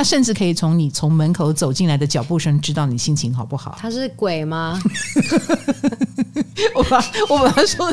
他甚至可以从你从门口走进来的脚步声知道你心情好不好。 他是鬼吗？ 我把他说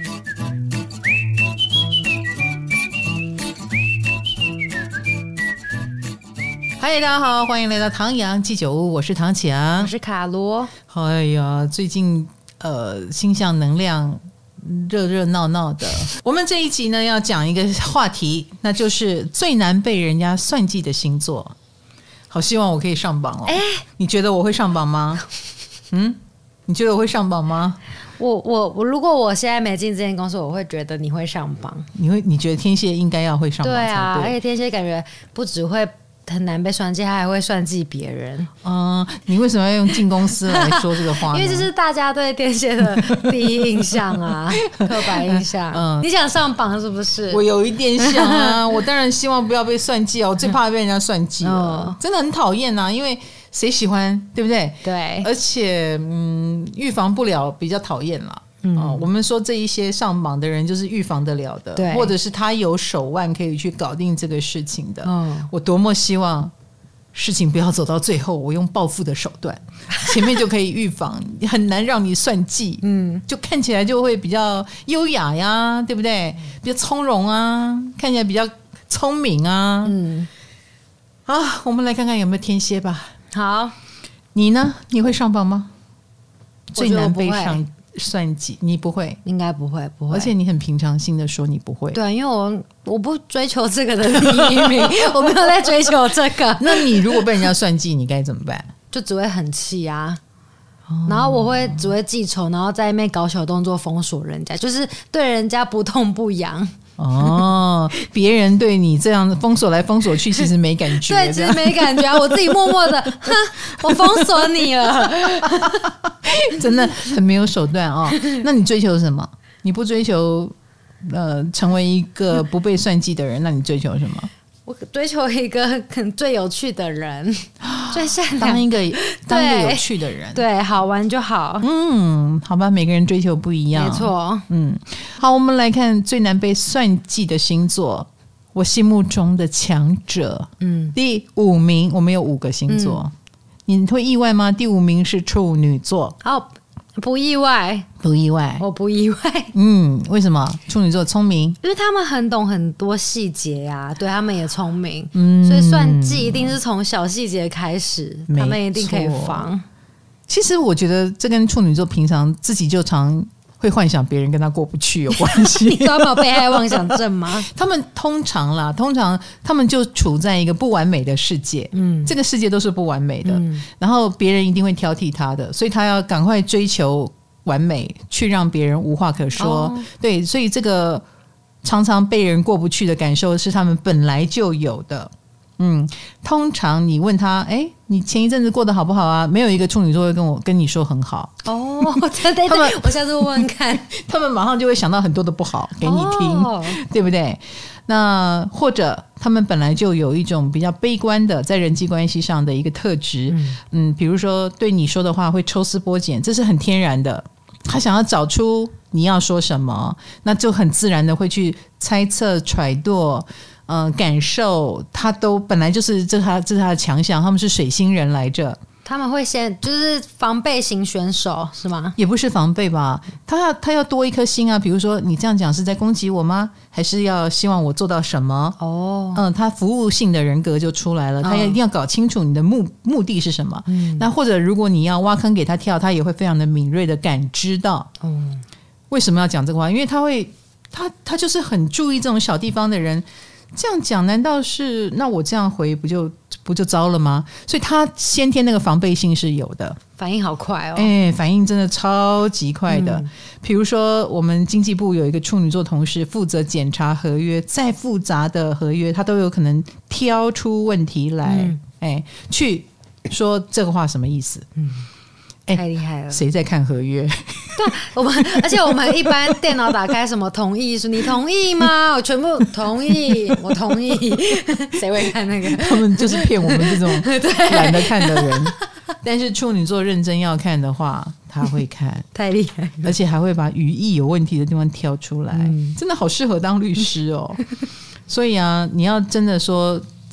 嗨，大家好，欢迎来到唐阳鸡酒屋，我是唐强， 我是卡罗。 哎呀，最近星象能量热热闹闹的。我们这一集呢要讲一个话题，那就是最难被人家算计的星座。好希望我可以上榜哦！你觉得我会上榜吗？你觉得我会上榜吗？ 我如果我现在没进这间公司，我会觉得你会上榜。 你觉得天蝎应该要会上榜才对？ 对啊，而且天蝎感觉不只会很难被算计，他还会算计别人。 你为什么要用进公司来说这个话呢？ 因为这是大家对天蝎的第一印象啊，刻板印象。你想上榜是不是？ 我有一点想啊，我当然希望不要被算计啊，我最怕被人家算计了，真的很讨厌啊，因为谁喜欢，对不对？ 对， 而且预防不了比较讨厌啦。我们说这一些上榜的人就是预防得了的， 对， 或者是他有手腕可以去搞定这个事情的。我多么希望事情不要走到最后，我用报复的手段，前面就可以预防，很难让你算计。就看起来就会比较优雅呀，对不对？比较从容啊，看起来比较聪明啊。我们来看看有没有天蝎吧。 好， 你呢？你会上榜吗？最难被算计，你不会， 应该不会， 而且你很平常心的说你不会。 对，因为我不追求这个的第一名，我没有在追求这个。 那你如果被人家算计，你该怎么办？ 就只会很气啊。然后我只会记仇，然后在那边搞小动作封锁人家，就是对人家不痛不痒。 别人对你这样封锁来封锁去，其实没感觉。 对，其实没感觉啊，我自己默默的，我封锁你了， 真的很没有手段哦。那你追求什么？你不追求成为一个不被算计的人，那你追求什么？我追求一个最有趣的人，最善良，当一个有趣的人， 对，好玩就好。 好吧，每个人追求不一样， 没错。 好，我们来看最难被算计的星座，我心目中的强者。第5名，我们有5个星座，你会意外吗？第5名是处女座。 不意外， 不意外， 我不意外。 为什么？处女座聪明， 因为他们很懂很多细节啊，对，他们也聪明，所以算计一定是从小细节开始，他们一定可以防。 其实我觉得这跟处女座平常自己就常会幻想别人跟他过不去有关系。 你知道有被害妄想症吗？ 他们通常他们就处在一个不完美的世界，这个世界都是不完美的，然后别人一定会挑剔他的，所以他要赶快追求完美，去让别人无话可说。对，所以这个常常被人过不去的感受是他们本来就有的。通常你问他，你前一阵子过得好不好啊？没有一个处女座会跟你说很好。 对，我下次问问看。 他们马上就会想到很多的不好给你听，对不对？那或者他们本来就有一种比较悲观的在人际关系上的一个特质，比如说对你说的话会抽丝剥茧，这是很天然的。他想要找出你要说什么，那就很自然的会去猜测揣度。感受他都本来就是这是他的强项，他们是水星人来着， 他们会先就是防备型选手是吗？ 也不是防备吧，他要多一颗心啊。比如说你这样讲是在攻击我吗？还是要希望我做到什么？他服务性的人格就出来了，他一定要搞清楚你的目的是什么。那或者如果你要挖坑给他跳，他也会非常的敏锐的感知到。为什么要讲这个话？因为他就是很注意这种小地方的人。这样讲难道是那我这样回不就糟了吗？所以他先天那个防备心是有的， 反应好快哦。 反应真的超级快的。比如说我们经济部有一个处女座同事负责检查合约，再复杂的合约他都有可能挑出问题来，去说这个话什么意思。 太厉害了！ 谁在看合约？ 对，而且我们一般电脑打开什么同意书，你同意吗？我全部同意，我同意。谁会看那个？ 他们就是骗我们这种懒得看的人。但是处女座认真要看的话，他会看， 太厉害了， 而且还会把语义有问题的地方挑出来，真的好适合当律师哦。所以啊，你要真的说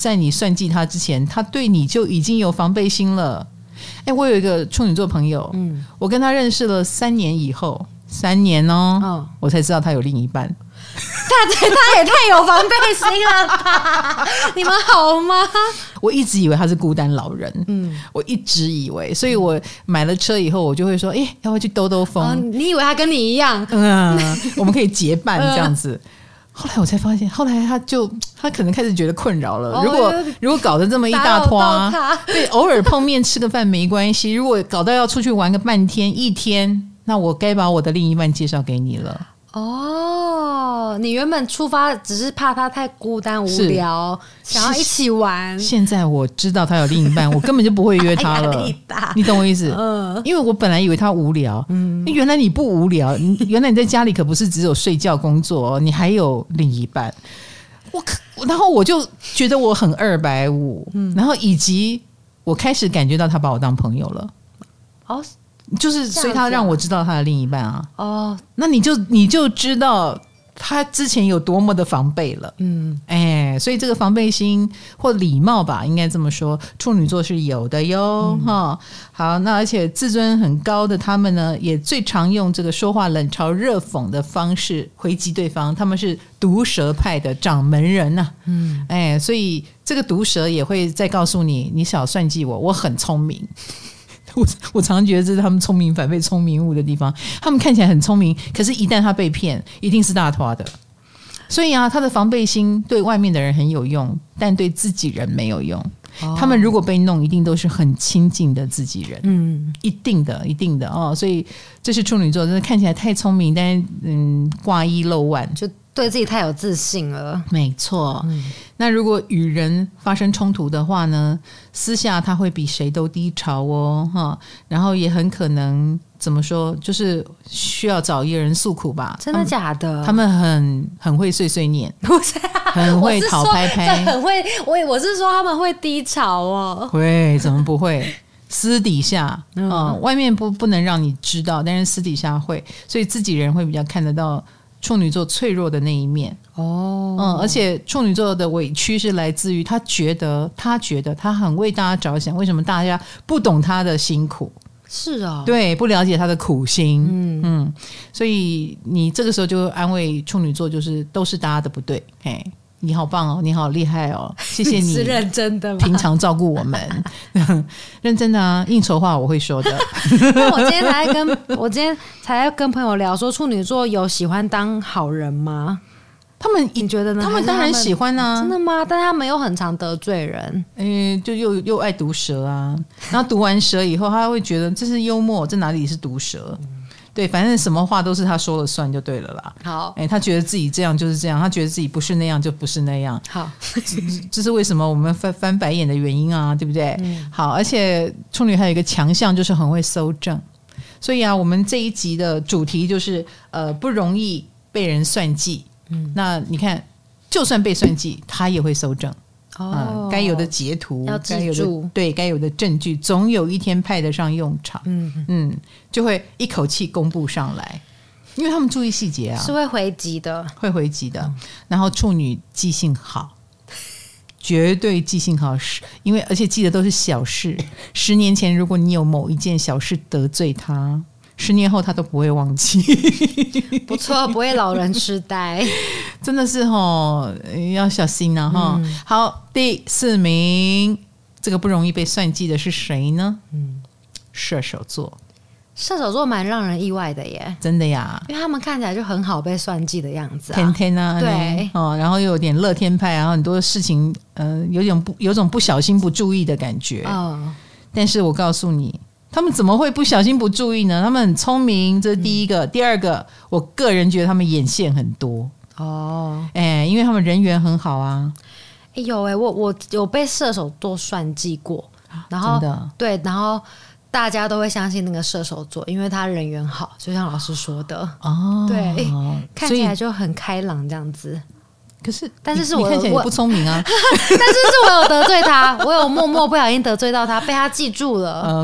在你算计他之前，他对你就已经有防备心了。我有一个处女座朋友，我跟他认识了3年以后，3年哦，我才知道他有另一半。 他也太有防备心了吧你们好吗？ 我一直以为他是孤单老人，我一直以为，所以我买了车以后，我就会说，要不要去兜兜风？ 你以为他跟你一样？ 我们可以结伴这样子。后来我才发现，后来他可能开始觉得困扰了。如果搞得这么一大坨，对，偶尔碰面吃个饭没关系。如果搞到要出去玩个半天一天，那我该把我的另一半介绍给你了。 你原本出发只是怕他太孤单无聊，想要一起玩。 现在我知道他有另一半，我根本就不会约他了。你懂我意思？因为我本来以为他无聊，原来你不无聊，原来你在家里可不是只有睡觉工作，你还有另一半。然后我就觉得我很250，然后以及我开始感觉到他把我当朋友了。就是所以他让我知道他的另一半啊。那你就知道他之前有多么的防备了。所以这个防备心或礼貌吧，应该这么说，处女座是有的哟。好，那而且自尊很高的他们呢，也最常用这个说话冷嘲热讽的方式回击对方，他们是毒舌派的掌门人啊。所以这个毒舌也会再告诉你，你少算计我，我很聪明。我常常觉得这是他们聪明反被聪明误的地方。他们看起来很聪明，可是一旦他被骗，一定是大拖的。所以他的防备心对外面的人很有用，但对自己人没有用。他们如果被弄，一定都是很亲近的自己人。一定的哦。所以这是处女座，真的看起来太聪明，但是挂一漏万， 就对自己太有自信了。 没错。那如果与人发生冲突的话呢，私下他会比谁都低潮哦。然后也很可能怎么说，就是需要找一个人诉苦吧。 真的假的？ 他们很会碎碎念。 不是很会讨拍拍。 很会，我是说他们会低潮哦。 会，怎么不会？私底下外面不能让你知道，但是私底下会，所以自己人会比较看得到处女座脆弱的那一面。而且处女座的委屈是来自于他觉得他很为大家着想，为什么大家不懂他的辛苦？ 是哦， 对，不了解他的苦心。所以你这个时候就安慰处女座，就是都是大家的不对。你好棒哦，你好厉害哦，谢谢你是认真的吗？ 平常照顾我们认真的啊，应酬话我会说的。 我今天才跟朋友聊说，处女座有喜欢当好人吗？你觉得呢？ 他们当然喜欢啊。 真的吗？但他们又很常得罪人。 就又爱毒舌啊，然后毒完舌以后他会觉得这是幽默，这哪里是毒舌？对，反正什么话都是他说了算就对了啦。 好， 他觉得自己这样就是这样，他觉得自己不是那样就不是那样。 好， 这是为什么我们翻白眼的原因啊，对不对？好，而且处女还有一个强项，就是很会搜证。所以我们这一集的主题就是不容易被人算计。那你看，就算被算计，他也会搜证。该有的截图，该有的证据，总有一天派得上用场。就会一口气公布上来，因为他们注意细节啊， 是会回击的， 然后处女记性好，绝对记性好，因为而且记得都是小事。10年前如果你有某一件小事得罪他，10年后他都不会忘记。 不错，不会老人痴呆。 真的是要小心啊。好，第4名，这个不容易被算计的是谁呢？射手座。射手座蛮让人意外的耶。 真的呀， 因为他们看起来就很好被算计的样子天天啊， 对然后又有点乐天派，然后很多事情有种不小心不注意的感觉。但是我告诉你，他们怎么会不小心不注意呢？他们很聪明，这是第一个。第二个，我个人觉得他们眼线很多。因为他们人缘很好啊。 我有被射手座算计过，然后真的对，然后大家都会相信那个射手座，因为他人缘好，就像老师说的。对，看起来就很开朗这样子。 可是， 但是你看起来也不聪明啊。 但是我有得罪他，我有默默不小心得罪到他，被他记住了。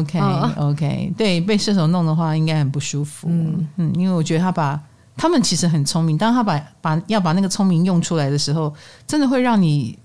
OK， 对，被射手弄的话应该很不舒服。因为我觉得他们其实很聪明，当他要把那个聪明用出来的时候，真的会让你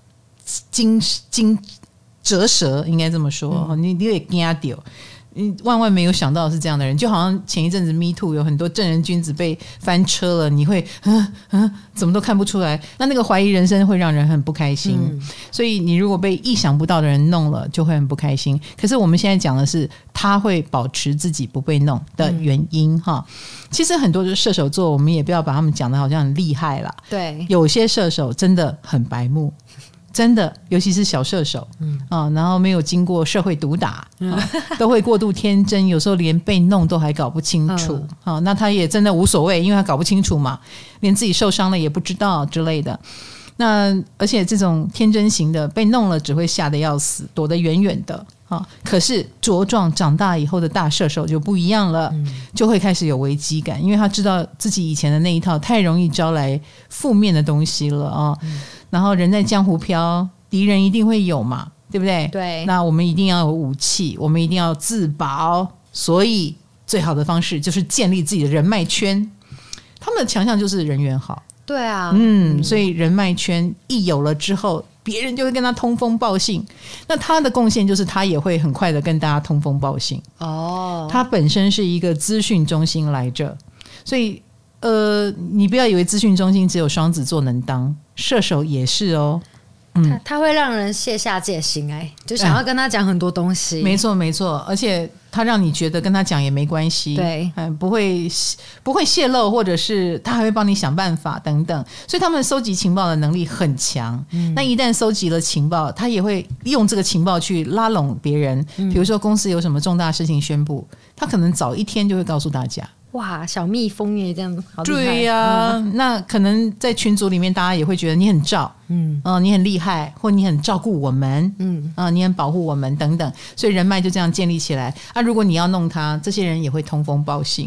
惊折舌，应该这么说，你会惊到。万万没有想到是这样的人，就好像前一阵子 Me Too 有很多正人君子被翻车了，你会怎么都看不出来，那个怀疑人生会让人很不开心，所以你如果被意想不到的人弄了就会很不开心。可是我们现在讲的是他会保持自己不被弄的原因哈。其实很多的射手座我们也不要把他们讲的好像很厉害啦， 对， 有些射手真的很白目，真的，尤其是小射手，然后没有经过社会毒打，都会过度天真，有时候连被弄都还搞不清楚，那他也真的无所谓，因为他搞不清楚嘛，连自己受伤了也不知道之类的。那而且这种天真型的被弄了只会吓得要死，躲得远远的。可是茁壮长大以后的大射手就不一样了，就会开始有危机感，因为他知道自己以前的那一套太容易招来负面的东西了啊。然后人在江湖飘，敌人一定会有嘛，对不对？ 对。 那我们一定要有武器，我们一定要自保，所以最好的方式就是建立自己的人脉圈。他们的强项就是人缘好。 对啊， 所以人脉圈一有了之后，别人就会跟他通风报信。那他的贡献就是他也会很快的跟大家通风报信。他本身是一个资讯中心来着，所以你不要以为资讯中心只有双子座能当，射手也是哦。 他会让人卸下戒心，就想要跟他讲很多东西。 没错没错，而且他让你觉得跟他讲也没关系， 对， 不会泄露，或者是他还会帮你想办法等等，所以他们收集情报的能力很强。那一旦收集了情报，他也会用这个情报去拉拢别人，比如说公司有什么重大事情宣布，他可能早一天就会告诉大家。 哇，小蜜蜂耶，这样好厉害。 对呀，那可能在群组里面大家也会觉得你很照，你很厉害，或你很照顾我们，你很保护我们等等，所以人脉就这样建立起来。如果你要弄他，这些人也会通风报信。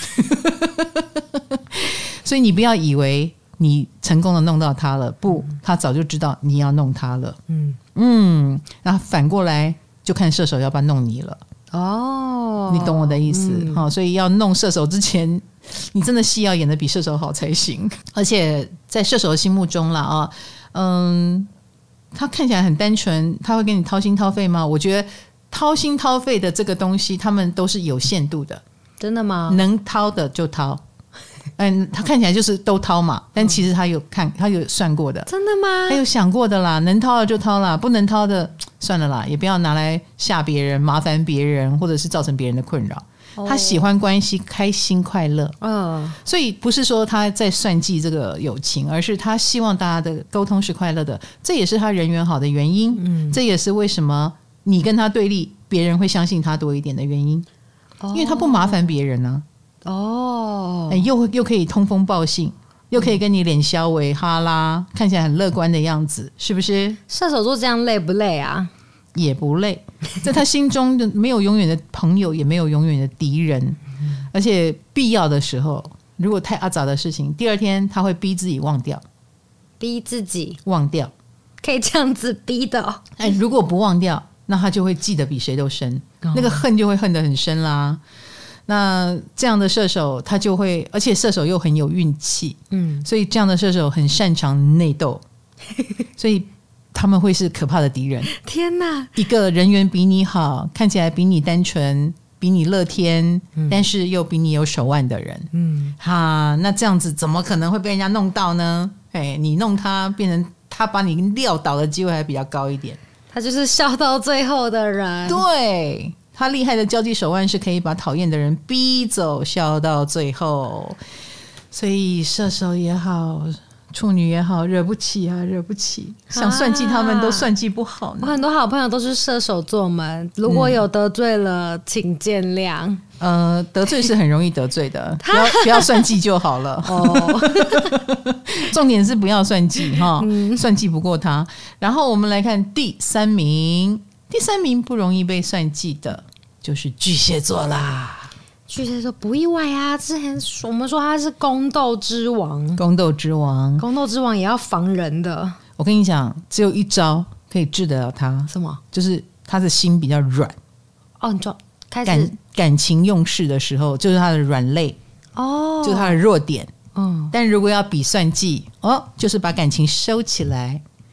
所以你不要以为你成功的弄到他了，不，他早就知道你要弄他了。然后反过来就看射手要不要弄你了。你懂我的意思，所以要弄射手之前，你真的戏要演得比射手好才行。而且在射手的心目中啦，他看起来很单纯，他会跟你掏心掏肺吗？我觉得掏心掏肺的这个东西，他们都是有限度的。 真的吗？ 能掏的就掏。他看起来就是都掏嘛，但其实他有算过的。 真的吗？ 他有想过的啦，能掏的就掏啦，不能掏的算了啦，也不要拿来吓别人、麻烦别人，或者是造成别人的困扰。他喜欢关系开心快乐，所以不是说他在算计这个友情，而是他希望大家的沟通是快乐的，这也是他人缘好的原因。这也是为什么你跟他对立，别人会相信他多一点的原因，因为他不麻烦别人啊。又可以通风报信，又可以跟你脸消为哈拉，看起来很乐观的样子，是不是？ 射手座这样累不累啊？ 也不累，在他心中没有永远的朋友，也没有永远的敌人，而且必要的时候，如果太阿杂的事情，第二天他会逼自己忘掉， 逼自己忘掉， 可以这样子逼的。 如果不忘掉，那他就会记得比谁都深，那个恨就会恨得很深啦。那这样的射手他就会，而且射手又很有运气，所以这样的射手很擅长内斗，所以他们会是可怕的敌人。 天哪， 一个人缘比你好，看起来比你单纯，比你乐天，但是又比你有手腕的人，那这样子怎么可能会被人家弄到呢？你弄他，变成他把你撂倒的机会还比较高一点。 他就是笑到最后的人。 对，他厉害的交际手腕是可以把讨厌的人逼走，笑到最后。所以射手也好，处女也好，惹不起啊，惹不起，想算计他们都算计不好呢。 我很多好朋友都是射手座们，如果有得罪了，请见谅。 得罪是很容易得罪的，不要算计就好了。重点是不要算计哈，算计不过他。然后我们来看第三名不容易被算计的就是巨蟹座啦。 巨蟹座不意外啊，之前我们说他是宫斗之王， 宫斗之王也要防人的。 我跟你讲，只有一招可以治得了他。 什么？ 就是他的心比较软。 你就开始感情用事的时候，就是他的软肋，就是他的弱点。但如果要比算计，就是把感情收起来，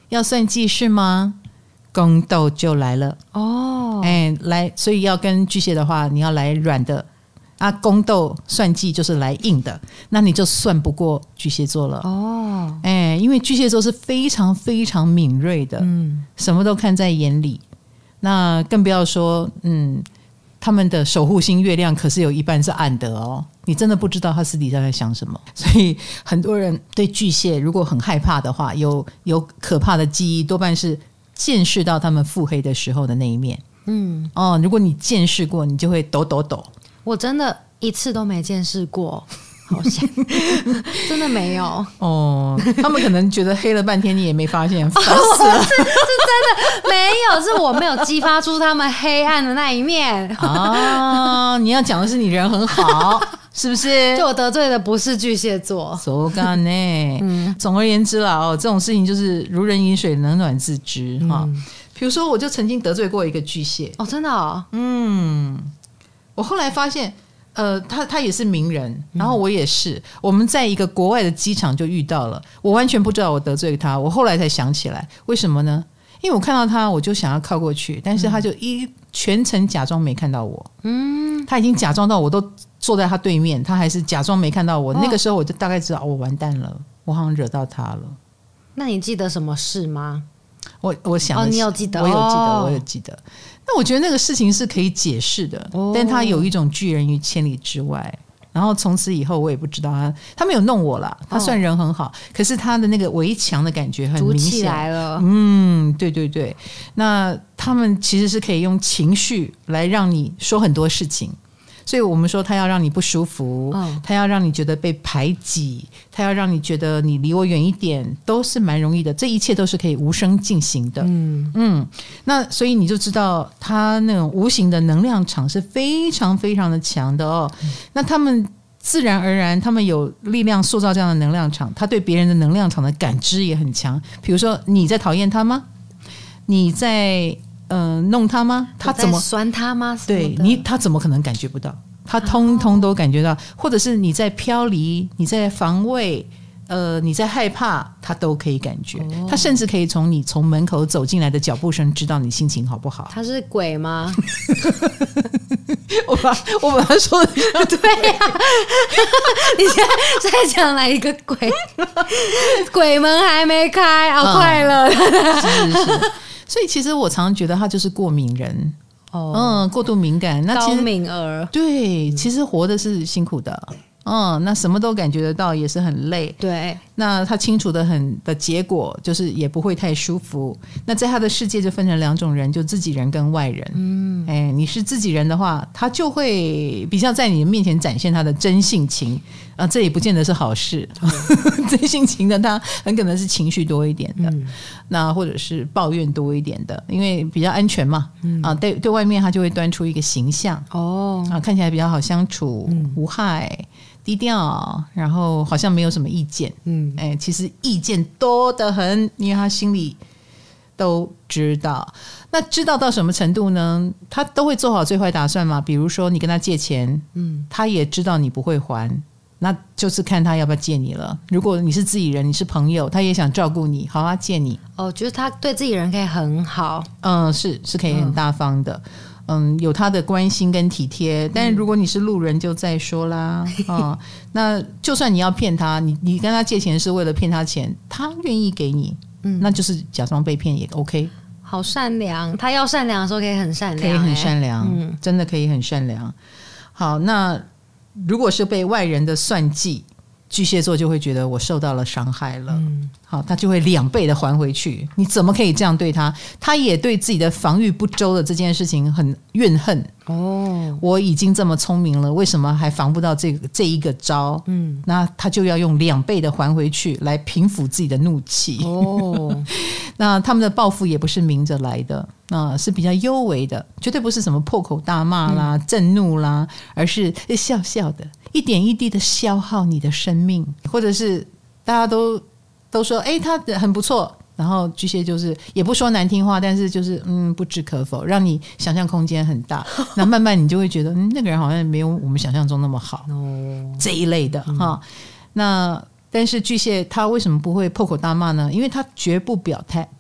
要算计是吗？宫斗就来了哦， 来，所以要跟巨蟹的话，你要来软的啊，宫斗算计就是来硬的，那你就算不过巨蟹座了哦。因为巨蟹座是非常非常敏锐的，什么都看在眼里，那更不要说他们的守护星月亮可是有一半是暗的哦，你真的不知道他私底下在想什么。所以很多人对巨蟹如果很害怕的话，有可怕的记忆，多半是见识到他们腹黑的时候的那一面。如果你见识过，你就会抖抖抖。我真的一次都没见识过，好像真的没有哦。他们可能觉得黑了半天你也没发现，烦死了。 是真的没有，是我没有激发出他们黑暗的那一面啊！你要讲的是你人很好，是不是？ 就我得罪的不是巨蟹座， so 干呢。总而言之啦，这种事情就是如人饮水，冷暖自知哈。比如说，我就曾经得罪过一个巨蟹哦，真的哦， 我后来发现，他也是名人，然后我也是，我们在一个国外的机场就遇到了，我完全不知道我得罪他，我后来才想起来，为什么呢？因为我看到他，我就想要靠过去，但是他就全程假装没看到我，他已经假装到我都坐在他对面，他还是假装没看到我，那个时候我就大概知道我完蛋了，我好像惹到他了。 那你记得什么事吗？ 我想你有记得？ 我有记得。那我觉得那个事情是可以解释的，但他有一种拒人于千里之外。然后从此以后我也不知道他没有弄我啦，他算人很好，可是他的那个围墙的感觉很明显， 筑起来了。 对对对。那他们其实是可以用情绪来让你说很多事情。所以我们说他要让你不舒服，他要让你觉得被排挤，他要让你觉得你离我远一点，都是蛮容易的，这一切都是可以无声进行的。那所以你就知道他那种无形的能量场是非常非常的强的哦。那他们自然而然他们有力量塑造这样的能量场，他对别人的能量场的感知也很强。比如说你在讨厌他吗？你在弄他吗？他怎么酸他吗？ 对他怎么可能感觉不到？他通通都感觉到，或者是你在飘离，你在防卫，你在害怕，他都可以感觉。他甚至可以从你从门口走进来的脚步声知道你心情好不好。 他是鬼吗？ 我把他说的对呀、你现在在讲哪一个鬼？鬼门还没开，好快乐。 是。所以其实我常常觉得他就是过敏人。过度敏感，那其实高敏儿， 对，其实活的是辛苦的，那什么都感觉得到，也是很累。 对， 那他清楚的结果就是也不会太舒服。那在他的世界就分成两种人，就自己人跟外人。你是自己人的话，他就会比较在你面前展现他的真性情这也不见得是好事。真性情的他很可能是情绪多一点的，那或者是抱怨多一点的，因为比较安全嘛。对外面他就会端出一个形象看起来比较好相处，无害。低调，然后好像没有什么意见，其实意见多得很，因为他心里都知道。那知道到什么程度呢？他都会做好最坏打算嘛。比如说你跟他借钱，他也知道你不会还，那就是看他要不要借你了。如果你是自己人，你是朋友，他也想照顾你，好啊，借你。 就是他对自己人可以很好， 是可以很大方的。有他的关心跟体贴，但是如果你是路人就再说啦。那就算你要骗他，你跟他借钱是为了骗他钱，他愿意给你，那就是假装被骗也 OK。 好善良，他要善良的时候可以很善良， 可以很善良，真的可以很善良。好，那如果是被外人的算计，巨蟹座就会觉得我受到了伤害了，好，他就会2倍的还回去。你怎么可以这样对他？他也对自己的防御不周的这件事情很怨恨。我已经这么聪明了，为什么还防不到这一个招？那他就要用2倍的还回去来平抚自己的怒气。那他们的报复也不是明着来的，是比较幽微的，绝对不是什么破口大骂啦、震怒啦，而是笑笑的，一点一滴的消耗你的生命，或者是大家都说他很不错，然后巨蟹就是也不说难听话，但是就是不置可否，让你想象空间很大。那慢慢你就会觉得那个人好像没有我们想象中那么好，这一类的那但是巨蟹他为什么不会破口大骂呢？因为他绝不表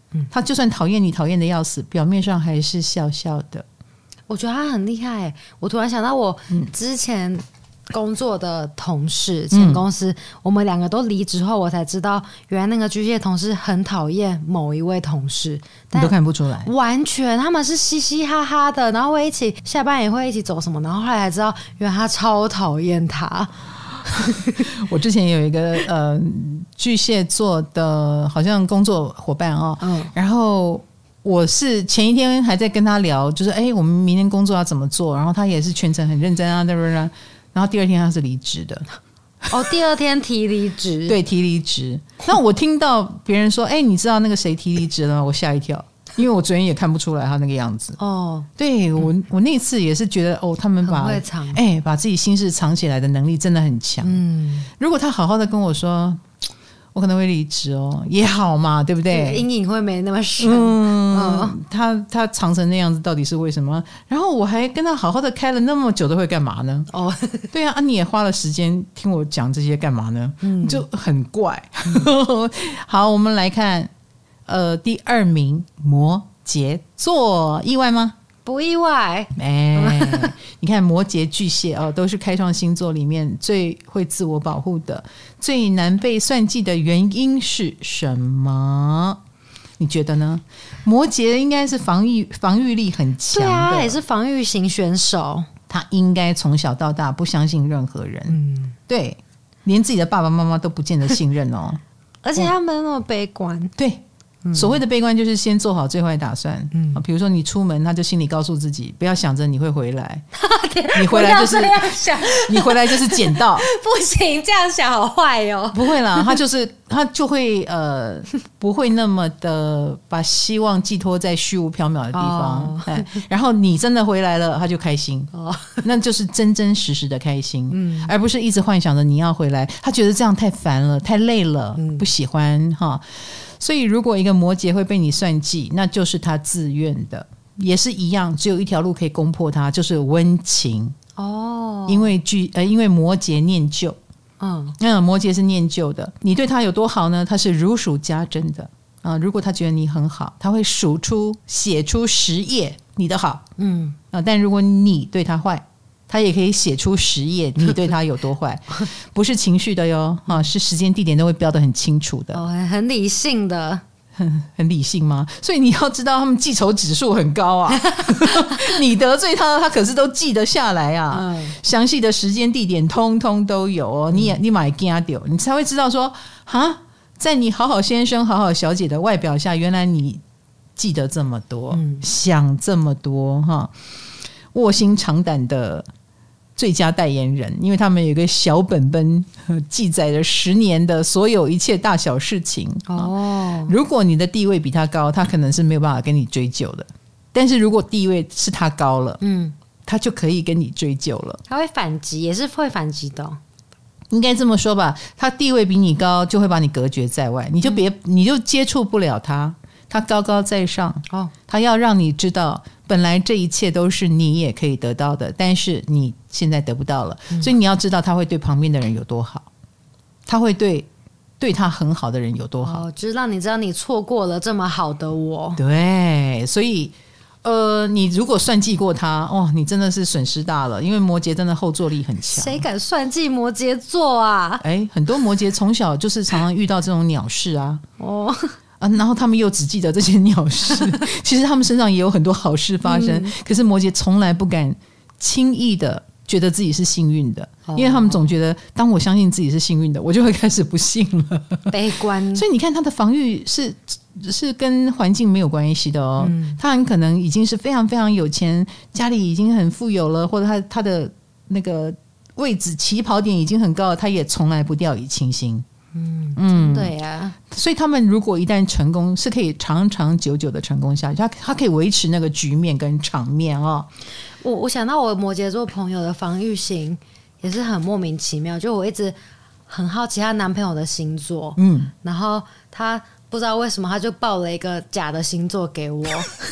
他就算讨厌你讨厌的要死，表面上还是笑笑的。 我觉得他很厉害。我突然想到我之前工作的同事，前公司我们2个都离职后，我才知道原来那个巨蟹同事很讨厌某一位同事， 你都看不出来， 完全他们是嘻嘻哈哈的，然后会一起下班也会一起走什么，然后后来才知道原来他超讨厌他。 我之前有一个巨蟹座的好像工作伙伴然后我是前一天还在跟他聊，就是我们明天工作要怎么做，然后他也是全程很认真啊，然后第二天他是离职的。 第二天提离职。 对，提离职。那我听到别人说你知道那个谁提离职了吗？我吓一跳，因为我昨天也看不出来他那个样子。对，我那次也是觉得他们把自己心事藏起来的能力真的很强。如果他好好的跟我说我可能会离职也好嘛，对不对？ 阴影会没那么深。 他藏成那样子到底是为什么？然后我还跟他好好的开了那么久，都会干嘛呢？对啊，你也花了时间听我讲这些干嘛呢？就很怪。好，我们来看第2名摩羯座，意外吗？ 不意外。 你看摩羯巨蟹都是开创星座里面最会自我保护的，最难被算计的原因是什么？你觉得呢？摩羯应该是防御力很强的。 对啊，也是防御型选手。 他应该从小到大不相信任何人。对，连自己的爸爸妈妈都不见得信任而且他们那么悲观。 对，所谓的悲观就是先做好最坏打算。比如说你出门，他就心里告诉自己不要想着你会回来，你回来就是你回来就是捡到。 不行，这样想好坏不会啦，他就会不会那么的把希望寄托在虚无缥缈的地方。然后你真的回来了，他就开心。那就是真真实实的开心。而不是一直幻想着你要回来，他觉得这样太烦了太累了，不喜欢所以如果一个摩羯会被你算计，那就是他自愿的，也是一样，只有一条路可以攻破他，就是温情。因为摩羯念旧。摩羯是念旧的，你对他有多好呢？他是如数家珍的如果他觉得你很好，他会写出10页你的好。但如果你对他坏，他也可以写出10页你对他有多坏。不是情绪的哟是时间地点都会标得很清楚的。 很理性的。 很理性吗？所以你要知道他们记仇指数很高啊。你得罪他，他可是都记得下来啊。详细的时间地点通通都有你买惊掉，你才会知道说在你好好先生好好小姐的外表下，原来你记得这么多，想这么多卧薪尝胆的最佳代言人，因为他们有一个小本本记载了10年的所有一切大小事情。如果你的地位比他高，他可能是没有办法跟你追究的，但是如果地位是他高了，他就可以跟你追究了。 他会反击，也是会反击的。 应该这么说吧，他地位比你高，就会把你隔绝在外，你就接触不了他。他高高在上他要让你知道本来这一切都是你也可以得到的，但是你现在得不到了。所以你要知道他会对旁边的人有多好，他会对他很好的人有多好， 就是让你知道你错过了这么好的我。 对，所以你如果算计过他你真的是损失大了，因为摩羯真的后坐力很强。 谁敢算计摩羯座啊？ 很多摩羯从小就是常常遇到这种鸟事然后他们又只记得这些鸟事，其实他们身上也有很多好事发生。可是摩羯从来不敢轻易的觉得自己是幸运的，因为他们总觉得当我相信自己是幸运的，我就会开始不幸了， 悲观。 所以你看他的防御是跟环境没有关系的他很可能已经是非常非常有钱，家里已经很富有了，或者他的那个位置起跑点已经很高了，他也从来不掉以轻心。 对啊， 所以他们如果一旦成功，是可以长长久久的成功下去，他可以维持那个局面跟场面我想到我摩羯座朋友的防御型也是很莫名其妙，就我一直很好奇她男朋友的星座，然后她不知道为什么她就报了一个假的星座给我。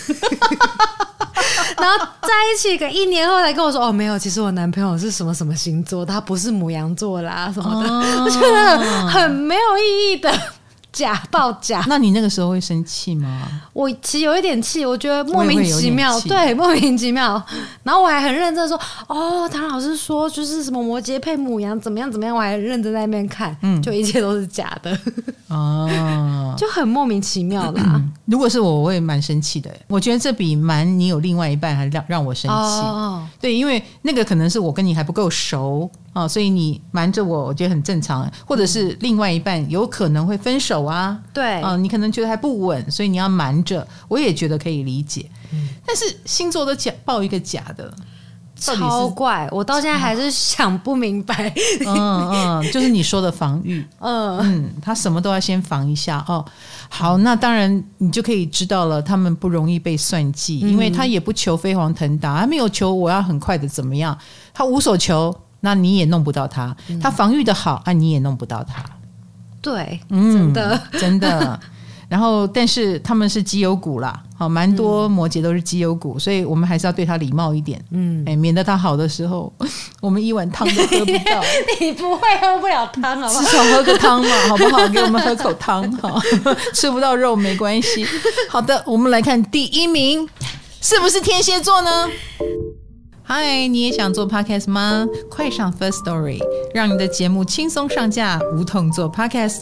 然后在一起个1年后才跟我说没有，其实我男朋友是什么什么星座，他不是牡羊座啦什么的。我觉得很没有意义的爆假。 那你那个时候会生气吗？ 我其实有一点气，我觉得莫名其妙， 对， 莫名其妙。然后我还很认真说，唐老师说就是什么摩羯配牡羊怎么样怎么样，我还很认真在那边看，就一切都是假的，就很莫名其妙啦。 如果是我会蛮生气的，我觉得这比瞒你有另外一半还让我生气。对，因为那个可能是我跟你还不够熟所以你瞒着我觉得很正常，或者是另外一半有可能会分手啊， 对你可能觉得还不稳，所以你要瞒着，我也觉得可以理解。但是星座都报一个假的， 超怪，我到现在还是想不明白。 就是你说的防御，他什么都要先防一下好，那当然你就可以知道了，他们不容易被算计，因为他也不求飞黄腾达，他没有求我要很快的怎么样，他无所求，那你也弄不到他，他防御的好你也弄不到他。 对，真的真的。然后但是他们是绩优股啦，蛮多摩羯都是绩优股，所以我们还是要对他礼貌一点，免得他好的时候我们一碗汤都喝不到。 你不会喝不了汤好不好？ 至少喝个汤嘛，好不好？给我们喝口汤吃不到肉没关系。好的，我们来看第一名是不是天蝎座呢？嗨，你也想做 podcast 吗？快上 First Story， 让你的节目轻松上架，无痛做 podcast。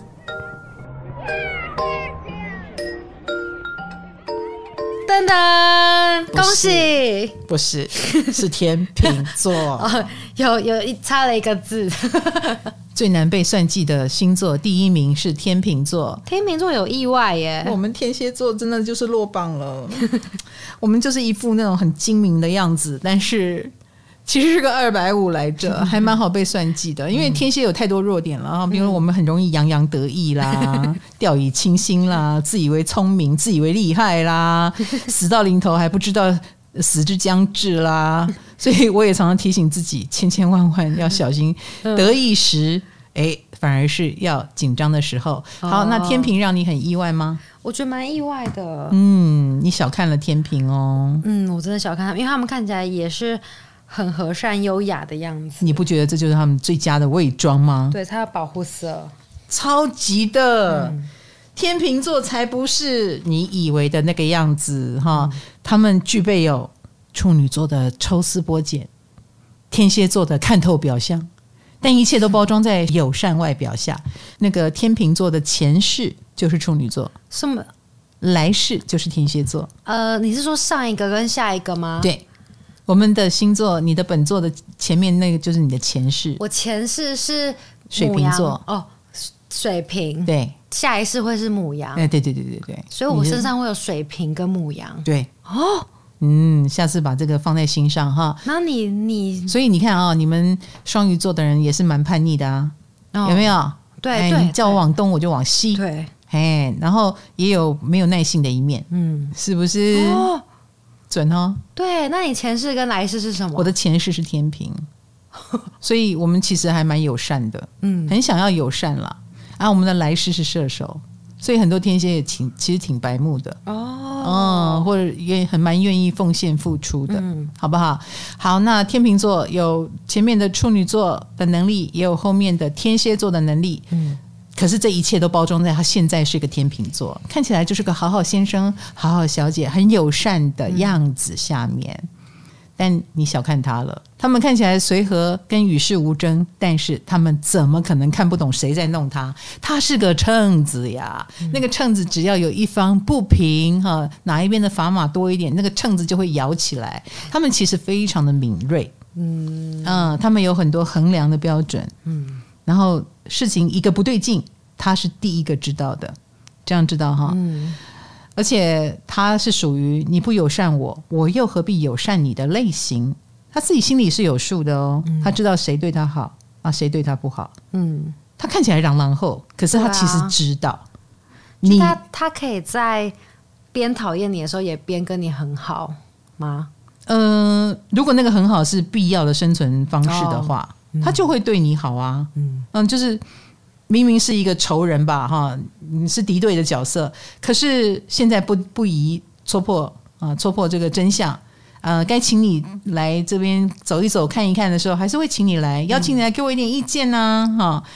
噔噔，恭喜！ 不是，是天秤座。 有差了一个字。 最难被算计的星座第一名是天秤座。 天秤座有意外耶， 我们天蝎座真的就是落榜了。我们就是一副那种很精明的样子，但是其实是个250来着，还蛮好被算计的。因为天蝎有太多弱点了，比如我们很容易洋洋得意啦，掉以轻心啦，自以为聪明，自以为厉害啦，死到临头还不知道死之将至啦。所以我也常常提醒自己，千万要小心，得意时反而是要紧张的时候。好，那天秤让你很意外吗？ 我觉得蛮意外的。 你小看了天秤哦。 我真的小看他们，因为他们看起来也是很和善优雅的样子。 你不觉得这就是他们最佳的伪装吗？ 对，他要保护色， 超级的。天秤座才不是你以为的那个样子他们具备有处女座的抽丝剥茧，天蝎座的看透表象，但一切都包装在友善外表下。那个天秤座的前世就是处女座， 什么来世就是天蝎座。 你是说上一个跟下一个吗？ 对，我们的星座，你的本座的前面那个就是你的前世。 我前世是水瓶座水瓶， 对， 下一世会是牡羊。 对， 所以我身上会有水瓶跟牡羊。 对下次把这个放在心上哈。 那你所以你看你们双鱼座的人也是蛮叛逆的有没有？ 对， 你叫我往东我就往西， 对， 然后也有没有耐性的一面，是不是？准对，那你前世跟来世是什么？ 我的前世是天秤，所以我们其实还蛮友善的，很想要友善啦。我们的来世是射手，所以很多天蝎也其实挺白目的或者也蛮愿意奉献付出的，好不好？好，那天秤座有前面的处女座的能力，也有后面的天蝎座的能力，可是这一切都包装在他现在是个天秤座，看起来就是个好好先生、好好小姐，很友善的样子下面。但你小看他了，他们看起来随和跟与世无争，但是他们怎么可能看不懂谁在弄他？他是个秤子呀，那个秤子只要有一方不平哪一边的砝码多一点，那个秤子就会摇起来。他们其实非常的敏锐，他们有很多衡量的标准，然后事情一个不对劲，他是第一个知道的，这样知道而且他是属于你不友善我又何必友善你的类型，他自己心里是有数的他知道谁对他好谁对他不好。他看起来朗朗后，可是他其实知道他可以在边讨厌你的时候也边跟你很好吗？ 如果那个很好是必要的生存方式的话，他就会对你好就是明明是一个仇人吧你是敌对的角色，可是现在不宜戳破这个真相该请你来这边走一走看一看的时候，还是会请你来，邀请你来给我一点意见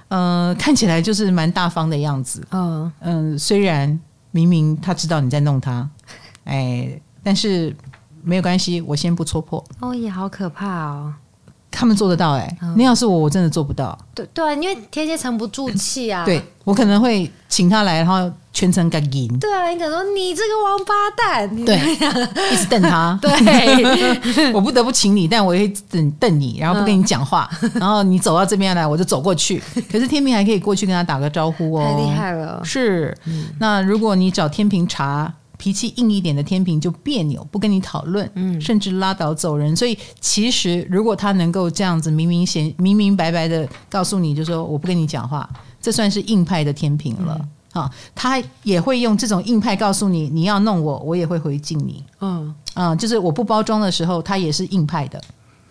看起来就是蛮大方的样子。虽然明明他知道你在弄他，但是没有关系，我先不戳破。 也好可怕哦。 他们做得到那要是我真的做不到。 对啊，因为天蝎沉不住气啊。 对，我可能会请他来，然后全程给赢。 对啊，你可能说你这个王八蛋， 对，一直瞪他。 对， 我不得不请你，但我也会瞪你，然后不跟你讲话，然后你走到这边来，我就走过去。可是天秤还可以过去跟他打个招呼哦， 太厉害了。 是，那如果你找天秤查，脾气硬一点的天秤就别扭，不跟你讨论，甚至拉倒走人。所以其实如果他能够这样子明明白白的告诉你，就说我不跟你讲话，这算是硬派的天秤了。他也会用这种硬派告诉你，你要弄我，我也会回敬你。就是我不包装的时候，他也是硬派的。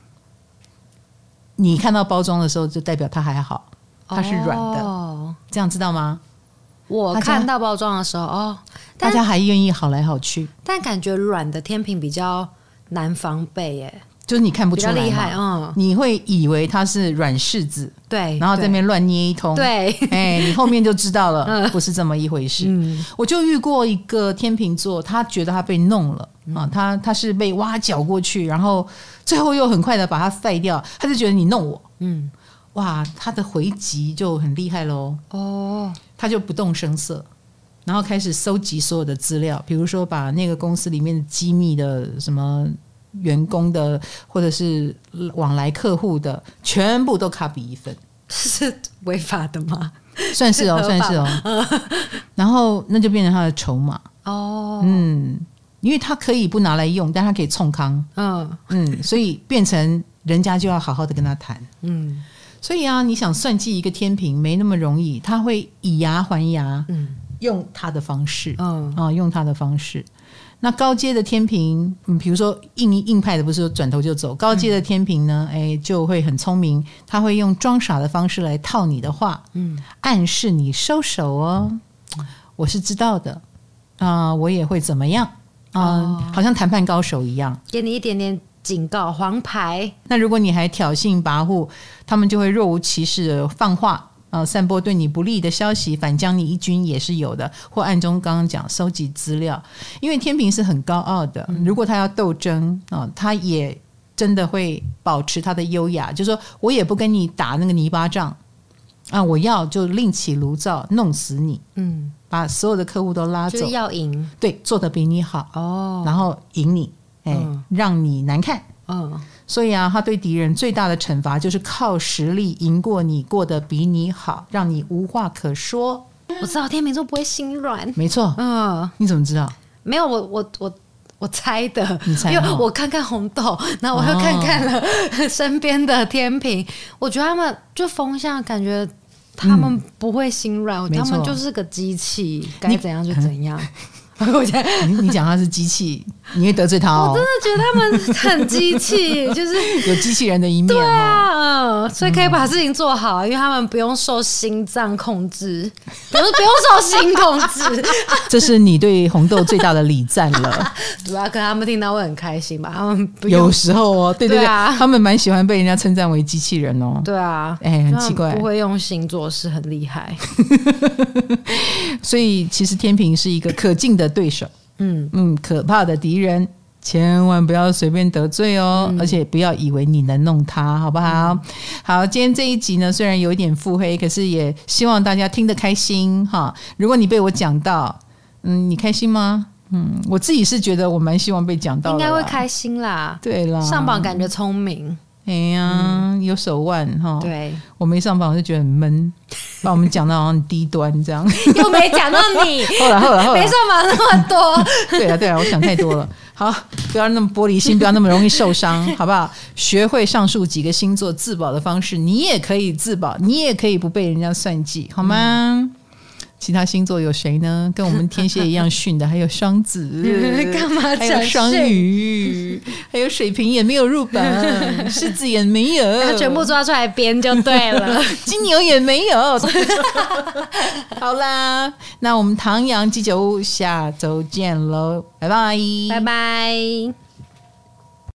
你看到包装的时候，就代表他还好，他是软的。这样知道吗？ 我看到包装的时候， 大家还愿意好来好去， 但感觉软的天秤比较难防备耶， 就是你看不出来嘛， 比较厉害， 你会以为它是软柿子， 对， 然后在那边乱捏一通， 对， 你后面就知道了，不是这么一回事。我就遇过一个天秤座，他觉得他被弄了他是被挖角过去，然后最后又很快的把他废掉，他就觉得你弄我，哇，他的回击就很厉害咯。他就不动声色，然后开始收集所有的资料，比如说把那个公司里面的机密的什么员工的或者是往来客户的全部都copy一份。 是违法的吗？ 算是哦，算是哦。然后那就变成他的筹码因为他可以不拿来用，但他可以冲康所以变成人家就要好好的跟他谈所以啊，你想算计一个天秤没那么容易，他会以牙还牙用他的方式用他的方式。那高阶的天秤比如说硬派的不是转头就走，高阶的天秤呢就会很聪明，他会用装傻的方式来套你的话暗示你收手哦我是知道的我也会怎么样好像谈判高手一样， 给你一点点警告黄牌。 那如果你还挑衅跋扈，他们就会若无其事的放话散播对你不利的消息，反将你一军也是有的，或暗中刚刚讲收集资料。因为天秤是很高傲的，如果他要斗争他也真的会保持他的优雅，就是说我也不跟你打那个泥巴仗我要就另起炉灶弄死你把所有的客户都拉走， 就是要赢， 对，做得比你好然后赢你让你难看所以他对敌人最大的惩罚就是靠实力赢过你，过得比你好，让你无话可说。 我知道天秤座不会心软， 没错你怎么知道？ 没有，我猜的， 你猜因为我看看红豆，然后我又看看了身边的天秤我觉得他们就风向感觉他们不会心软他们就是个机器，该怎样就怎样你讲他是机器，你会得罪他我真的觉得他们很机器，就是有机器人的一面对所以可以把事情做好，因为他们不用受心脏控制，不用受心控制。 这是你对红豆最大的礼赞了。 对可能他们听到会很开心吧？他们不用有时候对，他们蛮喜欢被人家称赞为机器人对很奇怪， 不会用心做事，很厉害。 所以其实天秤是一个可敬的对手可怕的敌人，千万不要随便得罪而且不要以为你能弄他，好不好好，今天这一集呢虽然有一点腹黑，可是也希望大家听得开心如果你被我讲到你开心吗？我自己是觉得我蛮希望被讲到的， 应该会开心啦。 对啦， 上榜感觉聪明， 有手腕对， 我没上榜我就觉得很闷，把我们讲到好像很低端这样又没讲到你后来没上榜那么多对啊我想太多了好，不要那么玻璃心，不要那么容易受伤好不好？学会上述几个星座自保的方式，你也可以自保，你也可以不被人家算计，好吗？其他星座有谁呢？跟我们天蝎一样逊的还有双子干嘛还有双鱼还有水瓶也没有入榜狮子也没有， 他全部抓出来编就对了金牛也没有好啦，那我们唐阳鸡酒屋下周见咯，拜拜拜拜。